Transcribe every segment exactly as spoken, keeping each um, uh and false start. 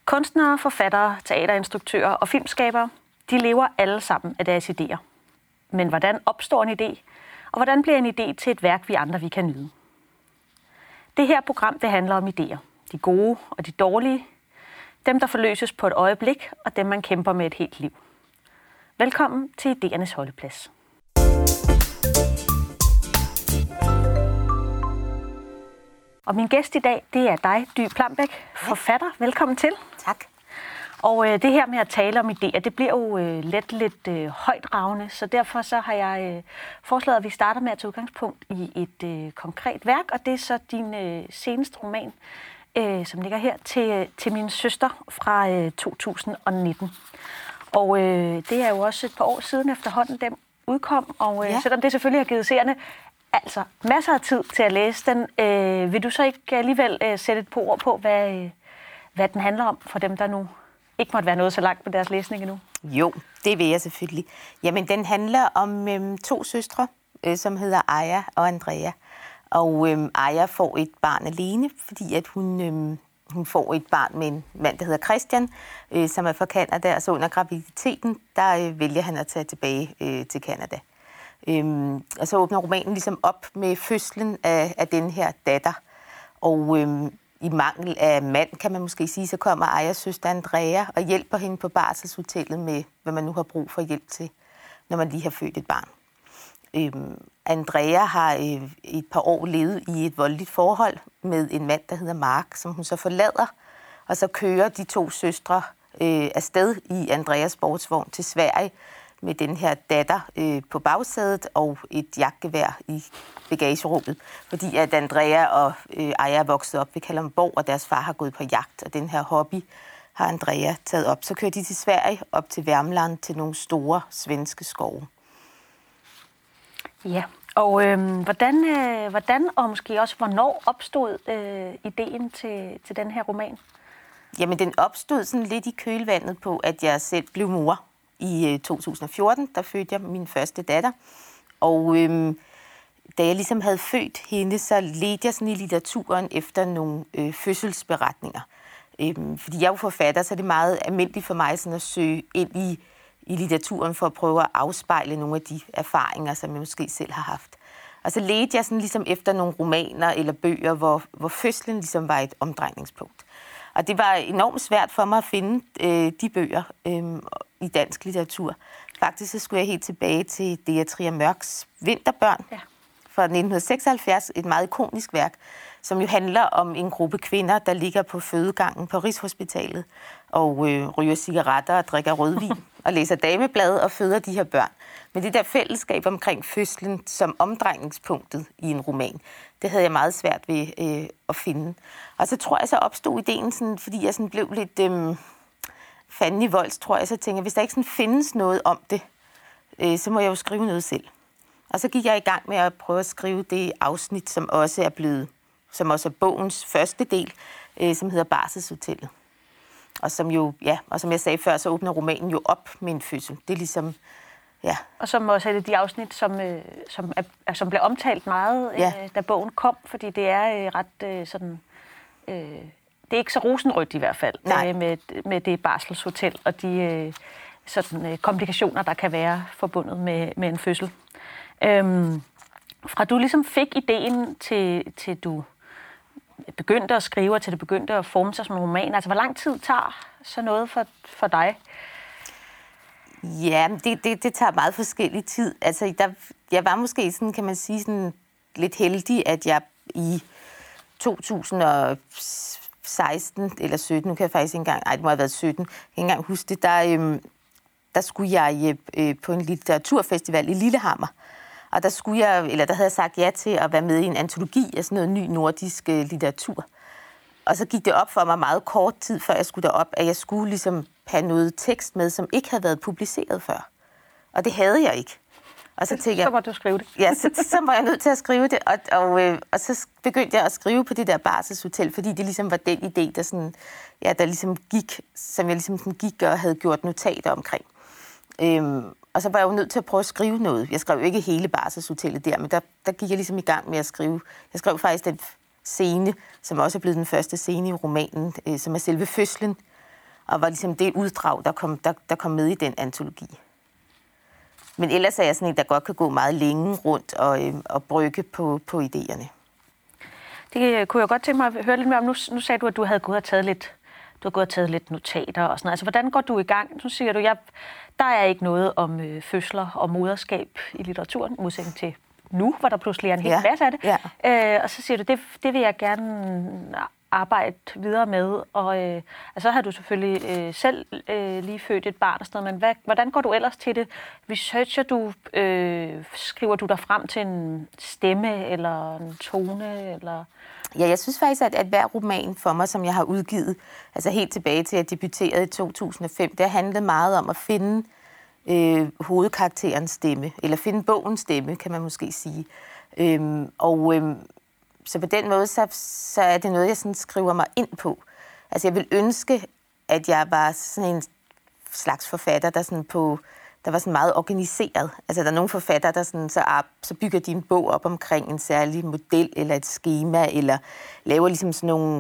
Kunstnere, forfattere, teaterinstruktører og filmskabere, de lever alle sammen af deres idéer. Men hvordan opstår en idé, og hvordan bliver en idé til et værk, vi andre vi kan nyde? Det her program, det handler om idéer. De gode og de dårlige. Dem, der forløses på et øjeblik, og dem, man kæmper med et helt liv. Velkommen til Idéernes Holdeplads. Og min gæst i dag, det er dig, Dy Plambæk, forfatter. Velkommen til. Tak. Og øh, det her med at tale om idéer, det bliver jo øh, let lidt øh, højtravende, så derfor så har jeg øh, foreslået, at vi starter med at tage udgangspunkt i et øh, konkret værk, og det er så din øh, seneste roman, øh, som ligger her, til, til min søster fra øh, to tusind og nitten. Og øh, det er jo også et par år siden efterhånden, den udkom, og øh, ja. selvom det selvfølgelig har givet seerne altså masser af tid til at læse den, øh, vil du så ikke alligevel øh, sætte et par ord på, hvad, øh, hvad den handler om for dem, der nu ikke måtte være noget så langt med deres læsning endnu? Jo, det vil jeg selvfølgelig. Jamen, den handler om øhm, to søstre, øh, som hedder Aya og Andrea. Og øhm, Aya får et barn alene, fordi at hun, øhm, hun får et barn med en mand, der hedder Christian, øh, som er fra Canada. Og så under graviditeten, der øh, vælger han at tage tilbage øh, til Canada. Øhm, og så åbner romanen ligesom op med fødslen af, af den her datter. Og øhm, i mangel af mand, kan man måske sige, så kommer Ayas søster Andrea og hjælper hende på barselshotellet med, hvad man nu har brug for hjælp til, når man lige har født et barn. Øhm, Andrea har øh, et par år levet i et voldeligt forhold med en mand, der hedder Mark, som hun så forlader. Og så kører de to søstre øh, afsted i Andreas sportsvogn til Sverige med den her datter øh, på bagsædet og et jagtgevær i bagagerummet, fordi at Andrea og øh, Aya er vokset op ved Kalundborg, og deres far har gået på jagt, og den her hobby har Andrea taget op. Så kører de til Sverige, op til Värmland, til nogle store svenske skove. Ja, og øh, hvordan, øh, hvordan og måske også hvornår opstod øh, ideen til, til den her roman? Jamen, den opstod sådan lidt i kølvandet på, at jeg selv blev mor i øh, to tusind og fjorten. Der fødte jeg min første datter, og øh, da jeg ligesom havde født hende, så ledte jeg sådan i litteraturen efter nogle øh, fødselsberetninger. Øhm, fordi jeg er jo forfatter, så er det meget almindeligt for mig sådan at søge ind i, i litteraturen for at prøve at afspejle nogle af de erfaringer, som jeg måske selv har haft. Og så ledte jeg sådan ligesom efter nogle romaner eller bøger, hvor, hvor fødslen ligesom var et omdrejningspunkt. Og det var enormt svært for mig at finde øh, de bøger øh, i dansk litteratur. Faktisk så skulle jeg helt tilbage til Dea Trier Mørks Vinterbørn. Ja. Fra nitten seksoghalvfjerds, et meget ikonisk værk, som jo handler om en gruppe kvinder, der ligger på fødegangen på Rigshospitalet og øh, ryger cigaretter og drikker rødvin og læser dameblade og føder de her børn. Men det der fællesskab omkring fødslen som omdrejningspunktet i en roman, det havde jeg meget svært ved øh, at finde. Og så tror jeg, så opstod ideen, sådan, fordi jeg sådan blev lidt øh, fanden i volds, tror jeg, så tænkte jeg, hvis der ikke sådan findes noget om det, øh, så må jeg jo skrive noget selv. Og så gik jeg i gang med at prøve at skrive det afsnit, som også er blevet, som også er bogens første del, øh, som hedder Barselshotellet. Og som jo, ja, og som jeg sagde før, så åbner romanen jo op med en fødsel. Det er ligesom, ja. Og som også er det de afsnit, som, øh, som, er, som blev omtalt meget, ja. øh, da bogen kom, fordi det er øh, ret øh, sådan, øh, det er ikke så rosenrødt i hvert fald, øh, med, med det barselshotel og de øh, sådan, øh, komplikationer, der kan være forbundet med, med en fødsel. Øhm, fra du ligesom fik ideen til, til du begyndte at skrive, og til det begyndte at forme sig som en roman, altså hvor lang tid tager så noget for, for dig? Ja, det, det, det tager meget forskellig tid. Altså, der, jeg var måske sådan, kan man sige, sådan lidt heldig, at jeg i to tusind og seksten eller sytten, nu kan jeg faktisk ikke engang, nej, det må have været sytten, jeg kan ikke engang huske det, der, øhm, der skulle jeg øh, på en litteraturfestival i Lillehammer. Og der skulle jeg, eller der havde jeg sagt ja til at være med i en antologi af sådan noget ny nordisk øh, litteratur. Og så gik det op for mig meget kort tid, før jeg skulle derop, at jeg skulle ligesom have noget tekst med, som ikke havde været publiceret før. Og det havde jeg ikke. Og så tænkte jeg, så må du skrive det. Ja, så, så var jeg nødt til at skrive det. Og, og, øh, og så begyndte jeg at skrive på det der barselshotel, fordi det ligesom var den idé, der, sådan, ja, der ligesom gik, som jeg ligesom sådan gik og havde gjort notater omkring. Øhm, og så var jeg jo nødt til at prøve at skrive noget. Jeg skrev jo ikke hele barselshotellet der, men der, der gik jeg ligesom i gang med at skrive. Jeg skrev faktisk den scene, som også er blevet den første scene i romanen, øh, som er selve fødslen og var ligesom det uddrag, der kom, der, der kom med i den antologi. Men ellers er jeg sådan en, der godt kan gå meget længe rundt og, øh, og brygge på, på idéerne. Det kunne jeg godt tænke mig at høre lidt mere om. Nu, nu sagde du, at du havde gået og taget lidt, du har gået og taget lidt notater og sådan noget. Altså, hvordan går du i gang? Nu siger du, jeg, der er ikke noget om øh, fødsler og moderskab i litteraturen, modsætning til nu, hvor der pludselig er en hel ja. masse af det. Ja. Øh, og så siger du, det, det vil jeg gerne arbejde videre med. Og øh, altså, så har du selvfølgelig øh, selv øh, lige født et barn og sådan noget, men hvad, hvordan går du ellers til det? Researcher du, øh, skriver du dig frem til en stemme eller en tone? Eller? Ja, jeg synes faktisk, at, at hver roman for mig, som jeg har udgivet, altså helt tilbage til, at jeg debuterede i to tusind og fem, det handlede meget om at finde øh, hovedkarakterens stemme, eller finde bogens stemme, kan man måske sige. Øhm, og øhm, så på den måde, så, så er det noget, jeg sådan skriver mig ind på. Altså, jeg vil ønske, at jeg var sådan en slags forfatter, der sådan på, der var sådan meget organiseret. Altså, der er nogle forfattere, der sådan, så, op, så bygger de en bog op omkring en særlig model, eller et schema, eller laver ligesom sådan nogle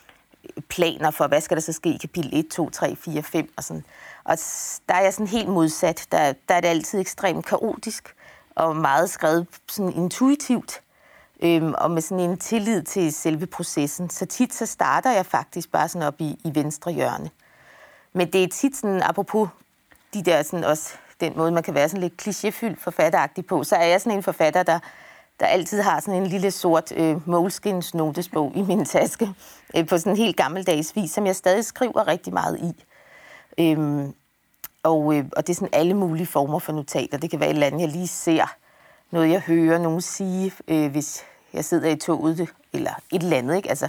planer for, hvad skal der så ske i kapitel et, to, tre, fire, fem, og sådan. Og der er jeg sådan helt modsat. Der, der er det altid ekstremt kaotisk, og meget skrevet sådan intuitivt, øhm, og med sådan en tillid til selve processen. Så tit så starter jeg faktisk bare sådan op i, i venstre hjørne. Men det er tit sådan, apropos de der sådan også, den måde, man kan være sådan lidt klichéfyldt forfatteragtig på, så er jeg sådan en forfatter, der, der altid har sådan en lille sort øh, Moleskins notesbog i min taske, øh, på sådan en helt gammeldags vis, som jeg stadig skriver rigtig meget i. Øhm, og, øh, og det er sådan alle mulige former for notater. Det kan være et eller andet, jeg lige ser, noget jeg hører nogen sige, øh, hvis jeg sidder i toget, eller et eller andet, ikke? Altså,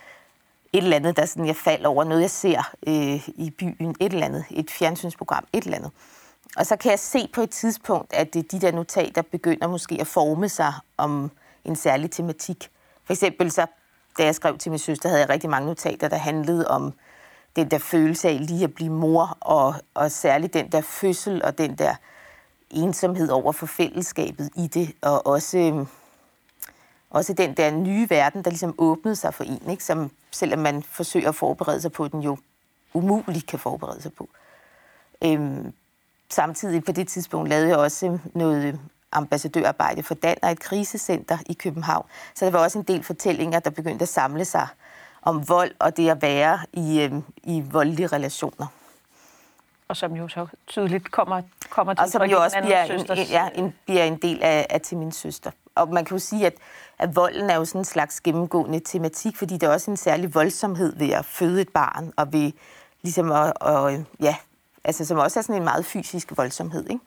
et eller andet, der sådan, jeg falder over, noget jeg ser øh, i byen, et eller andet, et fjernsynsprogram, et eller andet. Og så kan jeg se på et tidspunkt, at de der notater begynder måske at forme sig om en særlig tematik. For eksempel så, da jeg skrev til min søster, havde jeg rigtig mange notater, der handlede om den der følelse af lige at blive mor, og, og særligt den der fødsel og den der ensomhed over for fællesskabet i det, og også, øh, også den der nye verden, der ligesom åbnede sig for en, ikke? Som selvom man forsøger at forberede sig på, den jo umuligt kan forberede sig på. Øhm, samtidig på det tidspunkt lavede jeg også noget ambassadørarbejde for Danner, et krisecenter i København. Så der var også en del fortællinger, der begyndte at samle sig om vold og det at være i, øhm, i voldelige relationer. Og som jo så tydeligt kommer, kommer til og som jo også bliver en, ja, en, bliver en del af, af til min søster. Og man kan jo sige, at, at volden er jo sådan en slags gennemgående tematik, fordi der er også en særlig voldsomhed ved at føde et barn, og ved ligesom at, og, ja, altså som også er sådan en meget fysisk voldsomhed, ikke?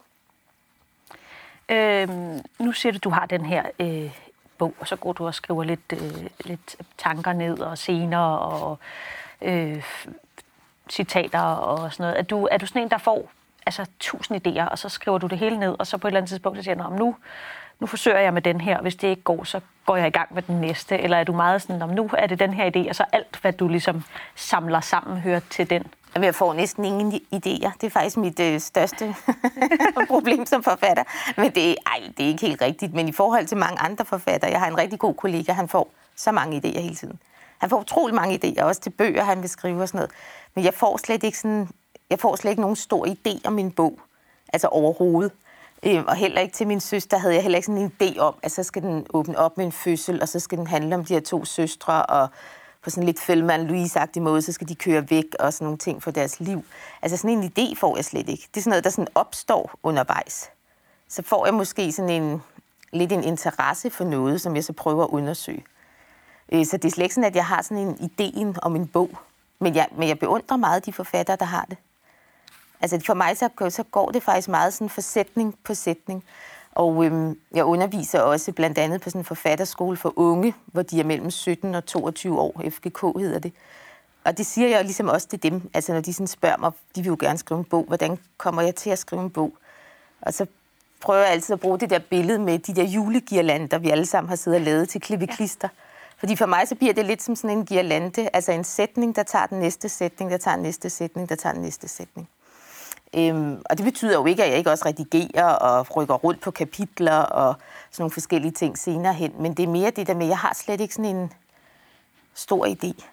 Øhm, nu siger du, du har den her øh, bog, og så går du og skriver lidt, øh, lidt tanker ned, og scener, og øh, citater og sådan noget. Er du, er du sådan en, der får altså tusind idéer, og så skriver du det hele ned, og så på et eller andet tidspunkt så siger du, nu, nu forsøger jeg med den her, hvis det ikke går, så går jeg i gang med den næste, eller er du meget sådan, nu er det den her idé, og så alt, hvad du ligesom samler sammen, hører til den? Jamen, jeg får næsten ingen idéer. Det er faktisk mit øh, største problem som forfatter. Men det er, ej, det er ikke helt rigtigt. Men i forhold til mange andre forfattere, jeg har en rigtig god kollega, han får så mange idéer hele tiden. Han får utrolig mange idéer, også til bøger, han vil skrive og sådan noget. Men jeg får slet ikke sådan, jeg får slet ikke nogen stor idé om min bog, altså overhovedet. Øhm, og heller ikke til min søster havde jeg heller ikke sådan en idé om, at så skal den åbne op med en fødsel, og så skal den handle om de her to søstre, og på sådan lidt Thelma og Louise-agtig måde, så skal de køre væk og sådan nogle ting for deres liv. Altså sådan en idé får jeg slet ikke. Det er sådan noget, der sådan opstår undervejs. Så får jeg måske sådan en, lidt en interesse for noget, som jeg så prøver at undersøge. Øh, så det er slet ikke sådan, at jeg har sådan en idé om en bog. Men jeg, men jeg beundrer meget de forfattere, der har det. Altså for mig så, så går det faktisk meget sådan for sætning på sætning. Og øhm, jeg underviser også blandt andet på sådan en forfatterskole for unge, hvor de er mellem sytten og toogtyve år. F G K hedder det. Og det siger jeg ligesom også til dem, altså når de sådan spørger mig, de vil jo gerne skrive en bog, hvordan kommer jeg til at skrive en bog? Og så prøver jeg altid at bruge det der billede med de der julegirlander, vi alle sammen har siddet og lavet til klippeklister. Ja. Fordi for mig så bliver det lidt som sådan en girlande, altså en sætning, der tager den næste sætning, der tager den næste sætning, der tager den næste sætning. Øhm, og det betyder jo ikke, at jeg ikke også redigerer og rykker rundt på kapitler og sådan nogle forskellige ting senere hen. Men det er mere det der med, at jeg har slet ikke sådan en stor idé.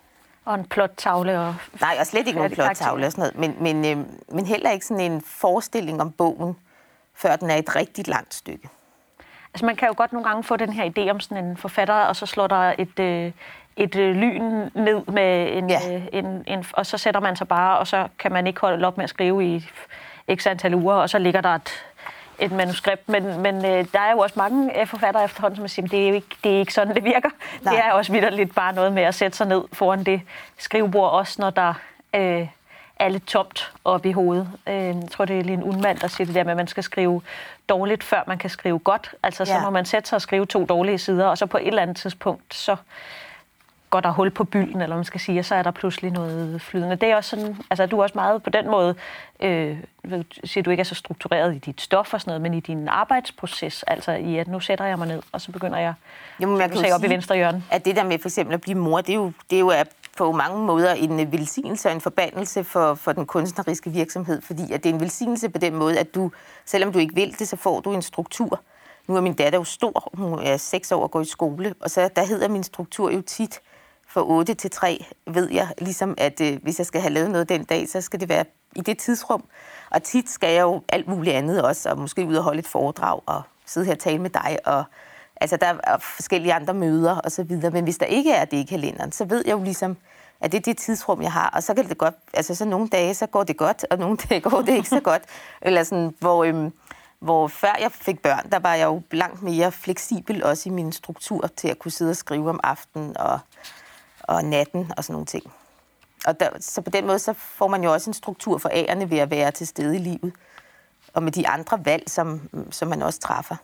Og en plottavle og... Nej, og slet ikke nogen plottavle og sådan noget, men, men, øh, men heller ikke sådan en forestilling om bogen, før den er et rigtig langt stykke. Altså man kan jo godt nogle gange få den her idé om sådan en forfatter, og så slår der et, øh, et øh, lyn ned med en, ja. øh, en, en... Og så sætter man sig bare, og så kan man ikke holde op med at skrive i x antal uger, og så ligger der et... et manuskript, men, men øh, der er jo også mange øh, forfattere efterhånden, som siger, det er, ikke, det er ikke sådan, det virker. Nej. Det er også vitterligt bare noget med at sætte sig ned foran det skrivebord, også når der øh, er lidt tomt oppe i hovedet. Øh, jeg tror, det er lige en Ullmann, der siger det der med, at man skal skrive dårligt, før man kan skrive godt. Altså, så ja. må man sætte sig og skrive to dårlige sider, og så på et eller andet tidspunkt, så går der hul på bylden, eller man skal sige, og så er der pludselig noget flydende. Det er også sådan, altså du er også meget på den måde, øh, siger du ikke er så struktureret i dit stof og sådan noget, men i din arbejdsproces, altså i at nu sætter jeg mig ned, og så begynder jeg, Jamen, jeg kan se sige, op i venstre hjørne. At det der med for eksempel at blive mor, det er jo, det er jo på mange måder en velsignelse og en forbandelse for, for den kunstneriske virksomhed, fordi at det er en velsignelse på den måde, at du, selvom du ikke vil det, så får du en struktur. Nu er min datter jo stor, hun er seks år og går i skole, og så der hedder min struktur jo tit, for otte til tre ved jeg ligesom, at øh, hvis jeg skal have lavet noget den dag, så skal det være i det tidsrum. Og tit skal jeg jo alt muligt andet også, og måske ud og holde et foredrag og sidde her og tale med dig. Og, altså, der er forskellige andre møder og så videre. Men hvis der ikke er det i kalenderen, så ved jeg jo ligesom, at det er det tidsrum, jeg har. Og så kan det godt, altså så nogle dage, så går det godt, og nogle dage går det ikke så godt. Eller sådan, hvor, øhm, hvor før jeg fik børn, der var jeg jo langt mere fleksibel også i min struktur til at kunne sidde og skrive om aftenen og og natten og sådan nogle ting. Og der, så på den måde, så får man jo også en struktur for ærerne ved at være til stede i livet. Og med de andre valg, som, som man også træffer.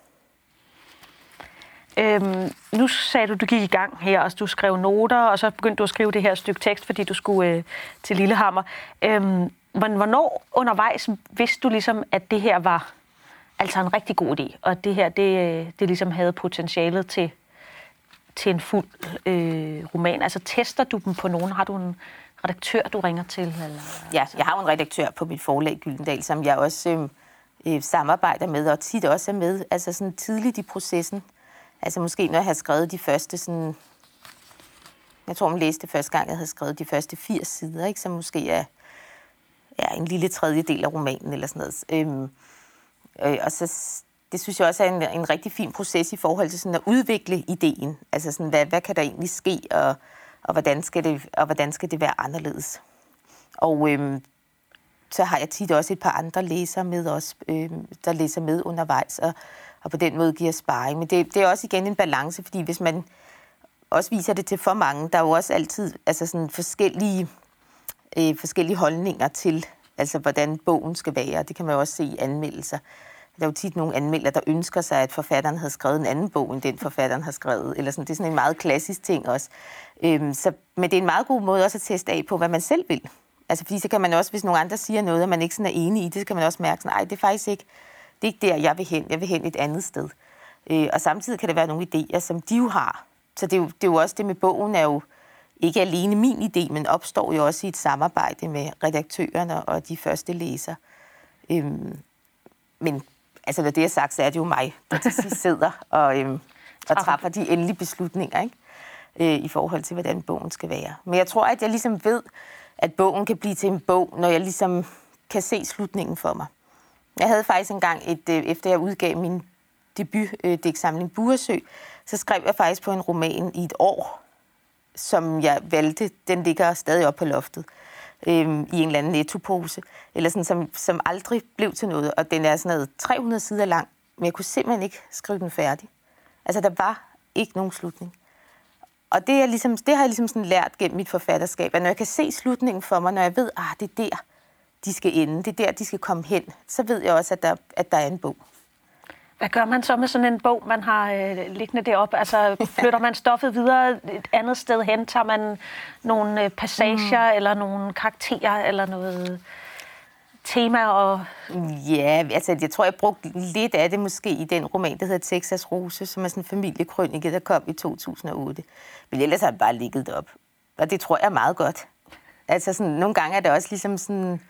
Øhm, nu sagde du, du gik i gang her, og du skrev noter, og så begyndte du at skrive det her stykke tekst, fordi du skulle øh, til Lillehammer. Øhm, hvornår undervejs vidste du ligesom, at det her var altså en rigtig god idé, og at det her, det, det ligesom havde potentialet til til en fuld øh, roman? Altså, tester du dem på nogen? Har du en redaktør, du ringer til? Eller? Ja, jeg har jo en redaktør på mit forlag, Gyldendal, som jeg også øh, samarbejder med, og tit også er med, altså sådan tidligt i processen. Altså måske, når jeg har skrevet de første sådan... Jeg tror, man læste første gang, jeg havde skrevet de første firs sider, ikke? Som måske er ja, en lille tredjedel af romanen, eller sådan noget. Øhm, øh, og så... Det synes jeg også er en, en rigtig fin proces i forhold til sådan at udvikle ideen. Altså sådan, hvad, hvad kan der egentlig ske, og, og, hvordan skal det, og hvordan skal det være anderledes? Og øhm, så har jeg tit også et par andre læsere med os, øhm, der læser med undervejs, og, og på den måde giver sparring. Men det, det er også igen en balance, fordi hvis man også viser det til for mange, der er jo også altid altså sådan forskellige, øh, forskellige holdninger til, altså hvordan bogen skal være. Det kan man jo også se i anmeldelser. Der er jo tit nogle anmeldere, der ønsker sig, at forfatteren havde skrevet en anden bog, end den forfatteren har skrevet. Eller sådan. Det er sådan en meget klassisk ting også. Øhm, så, men det er en meget god måde også at teste af på, hvad man selv vil. Altså, fordi så kan man også, hvis nogle andre siger noget, og man ikke sådan er enig i det, så kan man også mærke, nej, det er faktisk ikke, det er ikke der, jeg vil hen. Jeg vil hen et andet sted. Øh, og samtidig kan der være nogle idéer, som de jo har. Så det er jo, det er jo også det med bogen, er jo ikke alene min idé, men opstår jo også i et samarbejde med redaktørerne og de første læsere. Øhm, men altså, når det er sagt, så er det jo mig, der til sidst sidder og, øhm, og træffer de endelige beslutninger, ikke? Øh, i forhold til, hvordan bogen skal være. Men jeg tror, at jeg ligesom ved, at bogen kan blive til en bog, når jeg ligesom kan se slutningen for mig. Jeg havde faktisk engang, et, øh, efter jeg udgav min debut-digtsamling øh, Buresø, så skrev jeg faktisk på en roman i et år, som jeg valgte. Den ligger stadig oppe på loftet. Øhm, i en eller anden nettopose, eller sådan, som, som aldrig blev til noget, og den er sådan noget tre hundrede sider lang, men jeg kunne simpelthen ikke skrive den færdig. Altså, der var ikke nogen slutning. Og det, er ligesom, det har jeg ligesom sådan lært gennem mit forfatterskab, at når jeg kan se slutningen for mig, når jeg ved, at ah, det er der, de skal ende, det er der, de skal komme hen, så ved jeg også, at der, at der er en bog. Hvad gør man så med sådan en bog, man har øh, liggende deroppe? Altså, flytter man stoffet videre et andet sted hen? Tager man nogle øh, passager, mm. eller nogle karakterer, eller noget tema? Og... Ja, altså, jeg tror, jeg brugte lidt af det måske i den roman, der hedder Texas Rose, som er sådan en familiekrønike, der kom i to tusind og otte. Men ellers har det bare ligget deroppe. Og det tror jeg er meget godt. Altså, sådan, nogle gange er det også ligesom sådan...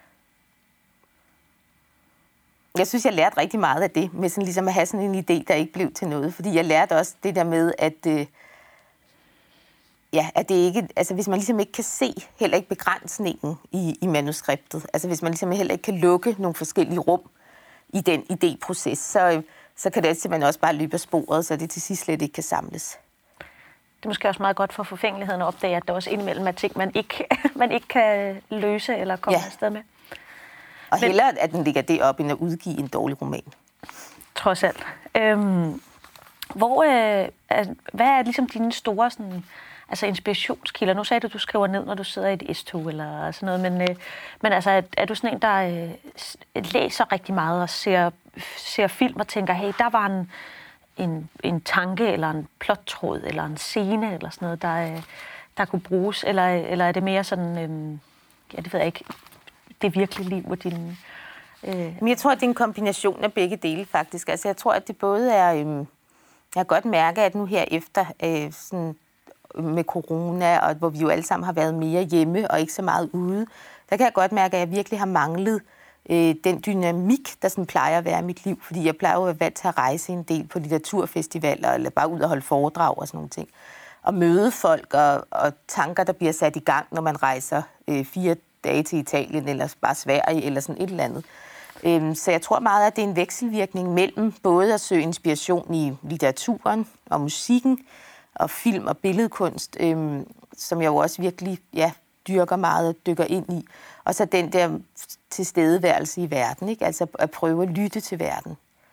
Jeg synes, jeg lærte rigtig meget af det, med sådan ligesom at have sådan en idé, der ikke blev til noget. Fordi jeg lærte også det der med, at, øh, ja, at det ikke, altså hvis man ligesom ikke kan se heller ikke begrænsningen i, i manuskriptet, altså hvis man ligesom heller ikke kan lukke nogle forskellige rum i den idéproces, så, så kan det simpelthen også bare løbe af sporet, så det til sidst slet ikke kan samles. Det er måske også meget godt for forfængeligheden at opdage, at der også indimellem er ting, man ikke, man ikke kan løse eller komme ja. afsted med. Og Men, hellere, at den ligger det op, end at udgive en dårlig roman. Trods alt. Øhm, hvor, øh, er, hvad er ligesom dine store sådan, altså inspirationskilder? Nu sagde du, at du skriver ned, når du sidder i et S-tog eller sådan noget, men, øh, men altså, er, er du sådan en, der øh, læser rigtig meget og ser, ser film og tænker, hey, der var en, en, en tanke eller en plottråd eller en scene eller sådan noget, der, øh, der kunne bruges? Eller, eller er det mere sådan, øh, ja, det ved jeg ikke, det virkelige liv og din... Øh... Men jeg tror, at det er en kombination af begge dele, faktisk. Altså, jeg tror, at det både er... Øh, jeg kan godt mærke, at nu her efter øh, sådan, med corona, og hvor vi jo alle sammen har været mere hjemme og ikke så meget ude, der kan jeg godt mærke, at jeg virkelig har manglet øh, den dynamik, der sådan plejer at være i mit liv. Fordi jeg plejer jo at være vant til at rejse en del på litteraturfestivaler, eller bare ud og holde foredrag og sådan nogle ting. Og møde folk og, og tanker, der bliver sat i gang, når man rejser øh, fire dage til Italien, eller bare Sverige, eller sådan et eller andet. Øhm, så jeg tror meget, at det er en vekselvirkning mellem både at søge inspiration i litteraturen og musikken, og film og billedkunst, øhm, som jeg jo også virkelig ja, dyrker meget og dykker ind i. Og så den der tilstedeværelse i verden, ikke? Altså at prøve at lytte til verden.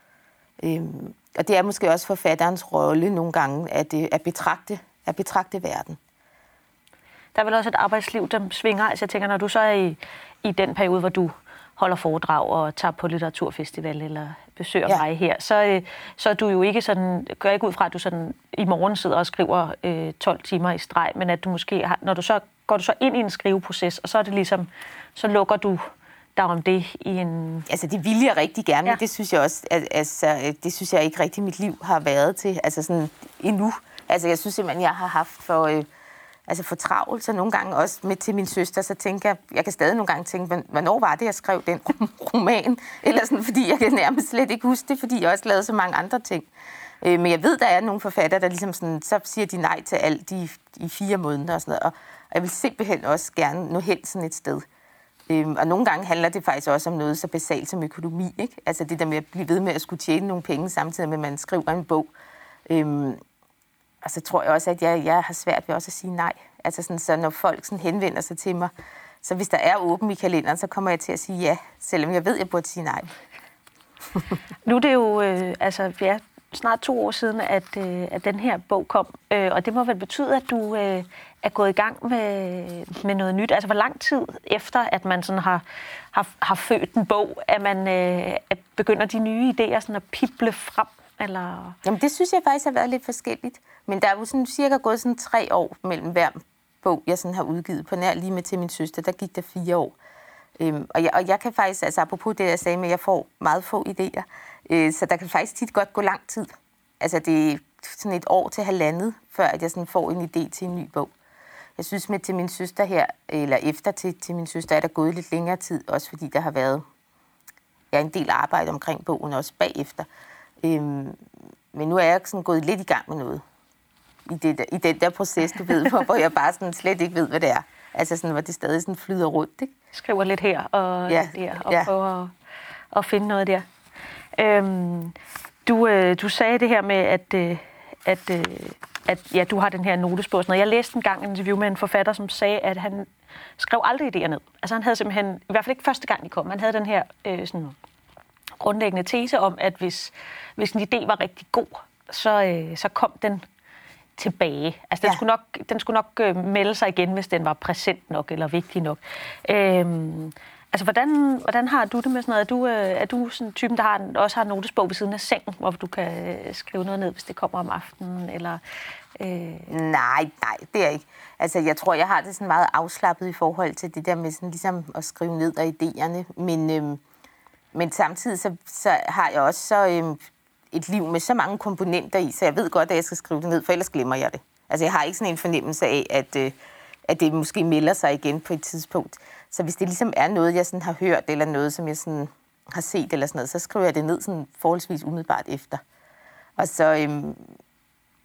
Øhm, og det er måske også forfatterens rolle nogle gange, at, at, betragte, at betragte verden. Der er vel også et arbejdsliv, der svinger. Altså jeg tænker, når du så er i, i den periode, hvor du holder foredrag og tager på litteraturfestival eller besøger ja. mig her, så, øh, så er du jo ikke sådan, gør ikke ud fra, at du sådan i morgen sidder og skriver øh, tolv timer i streg, men at du måske, har, når du så går du så ind i en skriveproces, og så er det ligesom, så lukker du dig om det i en... Altså det vil jeg rigtig gerne, ja. men det synes jeg også, at, altså, det synes jeg ikke rigtig mit liv har været til, altså sådan endnu. Altså jeg synes simpelthen, jeg har haft for... Øh, Altså for travlt, så nogle gange også med til min søster, så tænker jeg, jeg kan stadig nogle gange tænke, hvornår var det, jeg skrev den roman? Eller sådan, fordi jeg kan nærmest slet ikke huske det, fordi jeg også lavede så mange andre ting. Øh, men jeg ved, der er nogle forfattere, der ligesom sådan, så siger de nej til alt i, i fire måneder og sådan noget. Og jeg vil simpelthen også gerne nå hen sådan et sted. Øh, og nogle gange handler det faktisk også om noget så basalt som økonomi, ikke? Altså det der med at blive ved med at skulle tjene nogle penge samtidig med, at man skriver en bog. Øh, Og så tror jeg også, at jeg, jeg har svært ved også at sige nej. Altså sådan, så når folk sådan henvender sig til mig, så hvis der er åben i kalenderen, så kommer jeg til at sige ja, selvom jeg ved, at jeg burde sige nej. Nu er det jo øh, altså, ja, snart to år siden, at, øh, at den her bog kom, øh, og det må vel betyde, at du øh, er gået i gang med, med noget nyt. Altså hvor lang tid efter, at man sådan har, har, har født en bog, at man øh, at begynder de nye idéer sådan at pible frem? Eller... Jamen det synes jeg faktisk har været lidt forskelligt. Men der er jo sådan cirka gået sådan tre år mellem hver bog, jeg sådan har udgivet. På nær lige med til min søster, der gik der fire år. Øhm, og, jeg, og jeg kan faktisk, altså apropos det, jeg sagde med, at jeg får meget få idéer, øh, så der kan faktisk tit godt gå lang tid. Altså det er sådan et år til halvandet, før at jeg sådan får en idé til en ny bog. Jeg synes med til min søster her, eller efter til, til min søster, er der gået lidt længere tid, også fordi der har været ja, en del arbejde omkring bogen, også bagefter. Øhm, men nu er jeg sådan gået lidt i gang med noget. I, det der, i den der proces, du ved, hvor, hvor jeg bare sådan slet ikke ved, hvad det er. Altså sådan, hvor det stadig sådan flyder rundt, ikke? Skriver lidt her og ja. der, og ja. prøver at, at finde noget der. Øhm, du, øh, du sagde det her med, at, øh, at, øh, at ja, du har den her notesbog. Jeg læste engang en interview med en forfatter, som sagde, at han skrev aldrig idéer ned. Altså han havde simpelthen, i hvert fald ikke første gang de kom, han havde den her øh, sådan grundlæggende tese om, at hvis, hvis en idé var rigtig god, så, øh, så kom den tilbage. Altså den, ja. skulle nok, den skulle nok øh, melde sig igen, hvis den var præsent nok eller vigtig nok. Øhm, altså hvordan, hvordan har du det med sådan noget? Er du, øh, er du sådan typen, der har, også har en notesbog ved siden af sengen, hvor du kan øh, skrive noget ned, hvis det kommer om aftenen? Eller, øh... Nej, nej, det er ikke. Altså jeg tror, jeg har det sådan meget afslappet i forhold til det der med sådan ligesom at skrive ned af idéerne, men øh, Men samtidig så, så har jeg også så, øhm, et liv med så mange komponenter i, så jeg ved godt, at jeg skal skrive det ned, for ellers glemmer jeg det. Altså jeg har ikke sådan en fornemmelse af, at, øh, at det måske melder sig igen på et tidspunkt. Så hvis det ligesom er noget, jeg sådan har hørt, eller noget, som jeg sådan har set, eller sådan noget, så skriver jeg det ned sådan forholdsvis umiddelbart efter. Og så, øhm,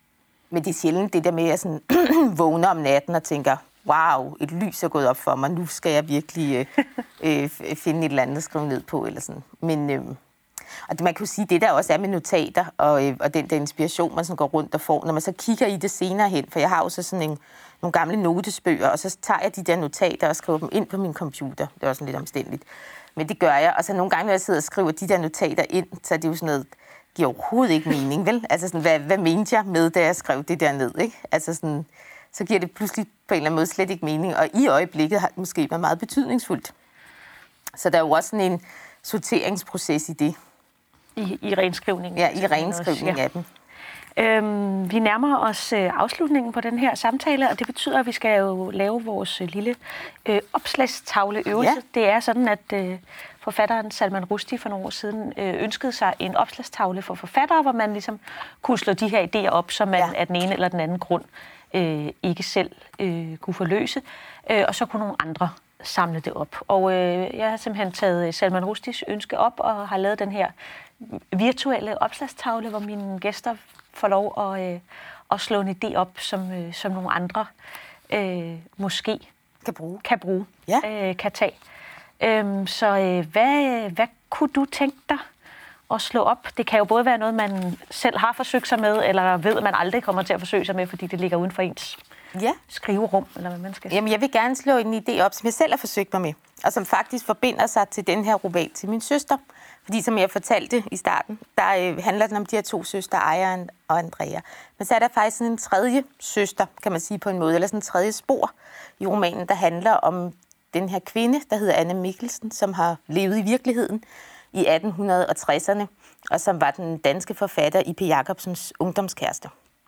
men det er sjældent det der med, at jeg sådan vågner om natten og tænker, wow, et lys er gået op for mig, nu skal jeg virkelig øh, øh, finde et eller andet at skrive ned på. Eller sådan. Men øh, og det, man kan jo sige, det der også er med notater, og, øh, og den der inspiration, man sådan går rundt og får, når man så kigger i det senere hen, for jeg har jo så sådan en, nogle gamle notesbøger, og så tager jeg de der notater og skriver dem ind på min computer. Det er også sådan lidt omstændigt. Men det gør jeg, og så nogle gange, når jeg sidder og skriver de der notater ind, så er det jo sådan noget, giver overhovedet ikke mening, vel? Altså sådan, hvad, hvad mente jeg med, da jeg skrev det der ned, ikke? Altså sådan, så giver det pludselig på en eller anden måde slet ikke mening, og i øjeblikket har det måske været meget betydningsfuldt. Så der er jo også sådan en sorteringsproces i det. I, i renskrivningen? Ja, i renskrivningen ja. af dem. Øhm, vi nærmer os øh, afslutningen på den her samtale, og det betyder, at vi skal jo lave vores øh, lille øh, opslagstavleøvelse. Ja. Det er sådan, at øh, forfatteren Salman Rushdie for nogle år siden øh, ønskede sig en opslagstavle for forfattere, hvor man ligesom kunne slå de her idéer op, som man ja. af den ene eller den anden grund øh, ikke selv øh, kunne forløse, øh, og så kunne nogle andre samle det op. Og øh, jeg har simpelthen taget Salman Rushdies ønske op og har lavet den her virtuelle opslagstavle, hvor mine gæster får lov at, øh, at slå en idé op, som, øh, som nogle andre øh, måske kan bruge, kan, bruge, ja. øh, kan tage. Øhm, så øh, hvad, hvad kunne du tænke dig at slå op? Det kan jo både være noget, man selv har forsøgt sig med, eller ved, at man aldrig kommer til at forsøge sig med, fordi det ligger uden for ens ja. skriverum, eller hvad man skal sige. Jamen, jeg vil gerne slå en idé op, som jeg selv har forsøgt mig med, og som faktisk forbinder sig til den her roman til min søster. Fordi som jeg fortalte i starten, der øh, handler den om de her to søstre, Aya og Andrea. Men så er der faktisk sådan en tredje søster, kan man sige på en måde, eller sådan en tredje spor i romanen, der handler om den her kvinde, der hedder Anna Mikkelsen, som har levet i virkeligheden i atten tresserne, og som var den danske forfatter I P Jacobsens ungdomskæreste.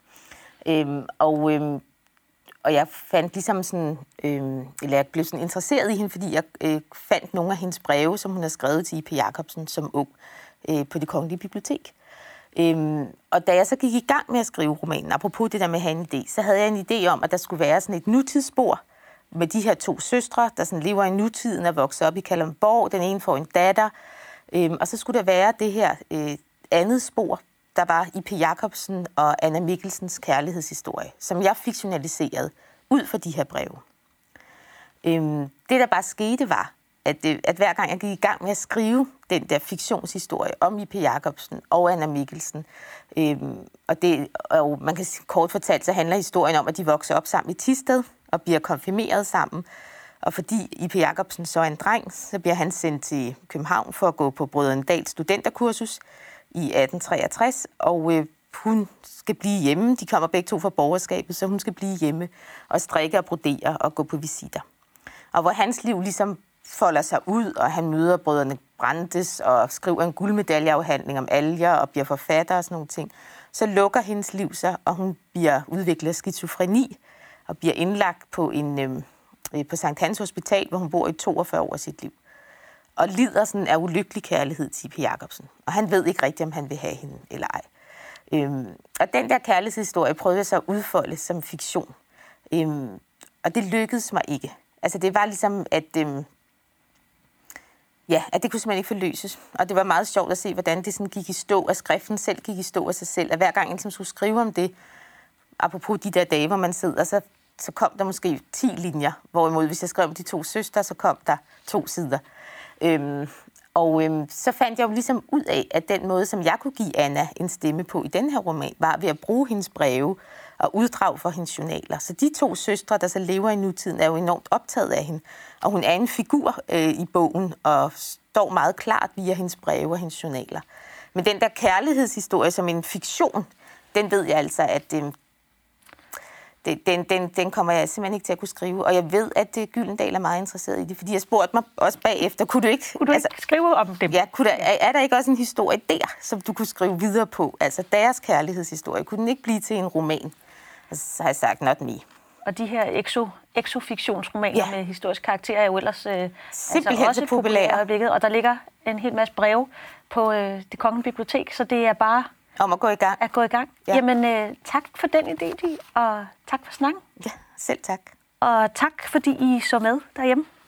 Øhm, og, øhm, og jeg fandt ligesom sådan, øhm, eller jeg blev sådan interesseret i hende, fordi jeg øh, fandt nogle af hendes breve, som hun har skrevet til I P Jacobsen som ung øh, på Det Kongelige Bibliotek. Øhm, og da jeg så gik i gang med at skrive romanen, apropos det der med at have en idé, så havde jeg en idé om, at der skulle være sådan et nutidsspor med de her to søstre, der sådan lever i nutiden og vokser op i Kalundborg. Den ene får en datter. Øhm, og så skulle der være det her øh, andet spor, der var I P Jacobsen og Anna Mikkelsens kærlighedshistorie, som jeg fiktionaliserede ud fra de her breve. Øhm, det, der bare skete, var, at, øh, at hver gang jeg gik i gang med at skrive den der fiktionshistorie om I P Jacobsen og Anna Mikkelsen, øhm, og, det, og man kan kort fortalt, så handler historien om, at de vokser op sammen i Thisted og bliver konfirmeret sammen. Og fordi I P Jacobsen så er en dreng, så bliver han sendt til København for at gå på Brødrene Dahls studenterkursus i atten treogtres, og øh, hun skal blive hjemme. De kommer begge to fra borgerskabet, så hun skal blive hjemme og strikke og brodere og gå på visitter. Og hvor hans liv ligesom folder sig ud, og han møder brødrene Brandes og skriver en guldmedaljeafhandling om alger og bliver forfatter og sådan nogle ting, så lukker hendes liv sig, og hun bliver udviklet af skizofreni og bliver indlagt på en øh, på Sankt Hans Hospital, hvor hun bor i toogfyrre år af sit liv. Og lider sådan af ulykkelig kærlighed til I P Jacobsen. Og han ved ikke rigtigt, om han vil have hende eller ej. Øhm, og den der kærlighedshistorie prøvede jeg så at udfolde som fiktion. Øhm, og det lykkedes mig ikke. Altså det var ligesom, at, øhm, ja, at det kunne simpelthen ikke forløses. Og det var meget sjovt at se, hvordan det sådan gik i stå, at skriften selv gik i stå af sig selv. At hver gang jeg ligesom skulle skrive om det, apropos de der dage, hvor man sidder, så, så kom der måske ti linjer. Hvorimod hvis jeg skrev om de to søstre, så kom der to sider. Øhm, og øhm, så fandt jeg jo ligesom ud af, at den måde, som jeg kunne give Anna en stemme på i den her roman, var ved at bruge hendes breve og uddrag for hendes journaler. Så de to søstre, der så lever i nutiden, er jo enormt optaget af hende. Og hun er en figur øh, i bogen og står meget klart via hendes breve og hendes journaler. Men den der kærlighedshistorie som en fiktion, den ved jeg altså, at øh, Den, den, den kommer jeg simpelthen ikke til at kunne skrive. Og jeg ved, at uh, Gyldendal er meget interesseret i det, fordi jeg spurgte mig også bagefter, kunne du ikke, kunne du ikke altså, skrive om dem? Ja, kunne der, er, er der ikke også en historie der, som du kunne skrive videre på? Altså deres kærlighedshistorie. Kunne den ikke blive til en roman? Altså, så har jeg sagt, not me. Og de her exo, exofiktionsromaner ja. med historisk karakter er jo ellers øh, simpelthen altså også så populære i øjeblikket. Og der ligger en hel masse breve på øh, Det Kongelige Bibliotek, så det er bare om at gå i gang. At gå i gang. Ja. Jamen, øh, tak for den idé, Di, og tak for snakken. Ja, selv tak. Og tak, fordi I så med derhjemme.